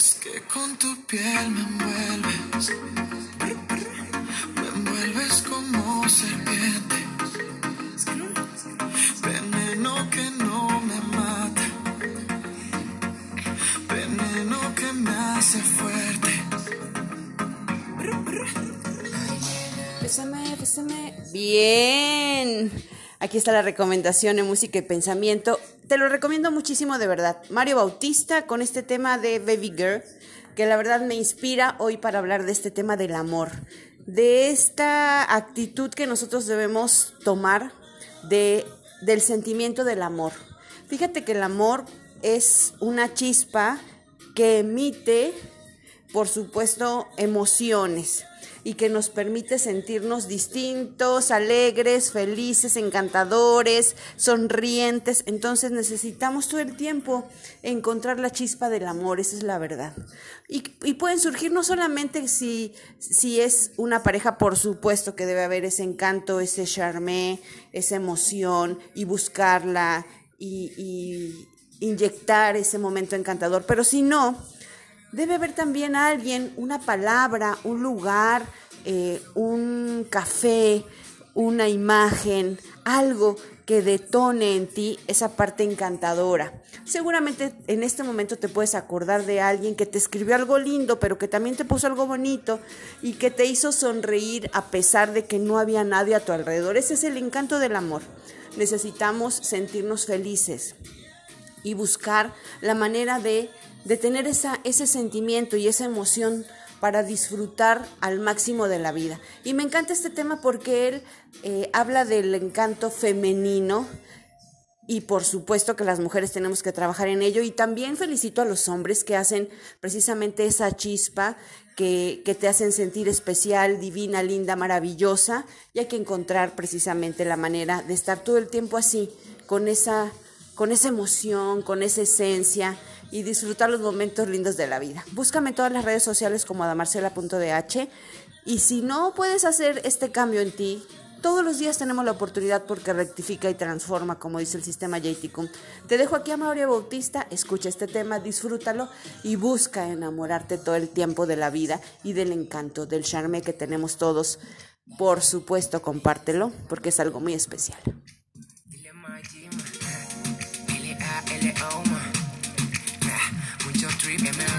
Es que con tu piel me envuelves como serpiente, veneno que no me mata, veneno que me hace fuerte. Bésame, bésame. Bien. Aquí está la recomendación en música y pensamiento. Te lo recomiendo muchísimo, de verdad. Mario Bautista con este tema de Baby Girl, que la verdad me inspira hoy para hablar de este tema del amor, de esta actitud que nosotros debemos tomar del sentimiento del amor. Fíjate que el amor es una chispa que emite, por supuesto, emociones y que nos permite sentirnos distintos, alegres, felices, encantadores, sonrientes. Entonces necesitamos todo el tiempo encontrar la chispa del amor, esa es la verdad. Y pueden surgir no solamente si es una pareja, por supuesto que debe haber ese encanto, ese charme, esa emoción y buscarla y inyectar ese momento encantador, pero si no, debe haber también alguien, una palabra, un lugar, un café, una imagen, algo que detone en ti esa parte encantadora. Seguramente en este momento te puedes acordar de alguien que te escribió algo lindo, pero que también te puso algo bonito y que te hizo sonreír a pesar de que no había nadie a tu alrededor. Ese es el encanto del amor. Necesitamos sentirnos felices y buscar la manera de tener ese sentimiento y esa emoción para disfrutar al máximo de la vida. Y me encanta este tema porque él habla del encanto femenino y por supuesto que las mujeres tenemos que trabajar en ello, y también felicito a los hombres que hacen precisamente esa chispa que te hacen sentir especial, divina, linda, maravillosa, y hay que encontrar precisamente la manera de estar todo el tiempo así, con esa emoción, con esa esencia, y disfrutar los momentos lindos de la vida. Búscame en todas las redes sociales como adamarcela.dh, y si no puedes hacer este cambio en ti, todos los días tenemos la oportunidad porque rectifica y transforma, como dice el sistema JTCUM. Te dejo aquí a Mario Bautista, escucha este tema, disfrútalo y busca enamorarte todo el tiempo de la vida y del encanto, del charme que tenemos todos. Por supuesto, compártelo porque es algo muy especial. Mucho trip,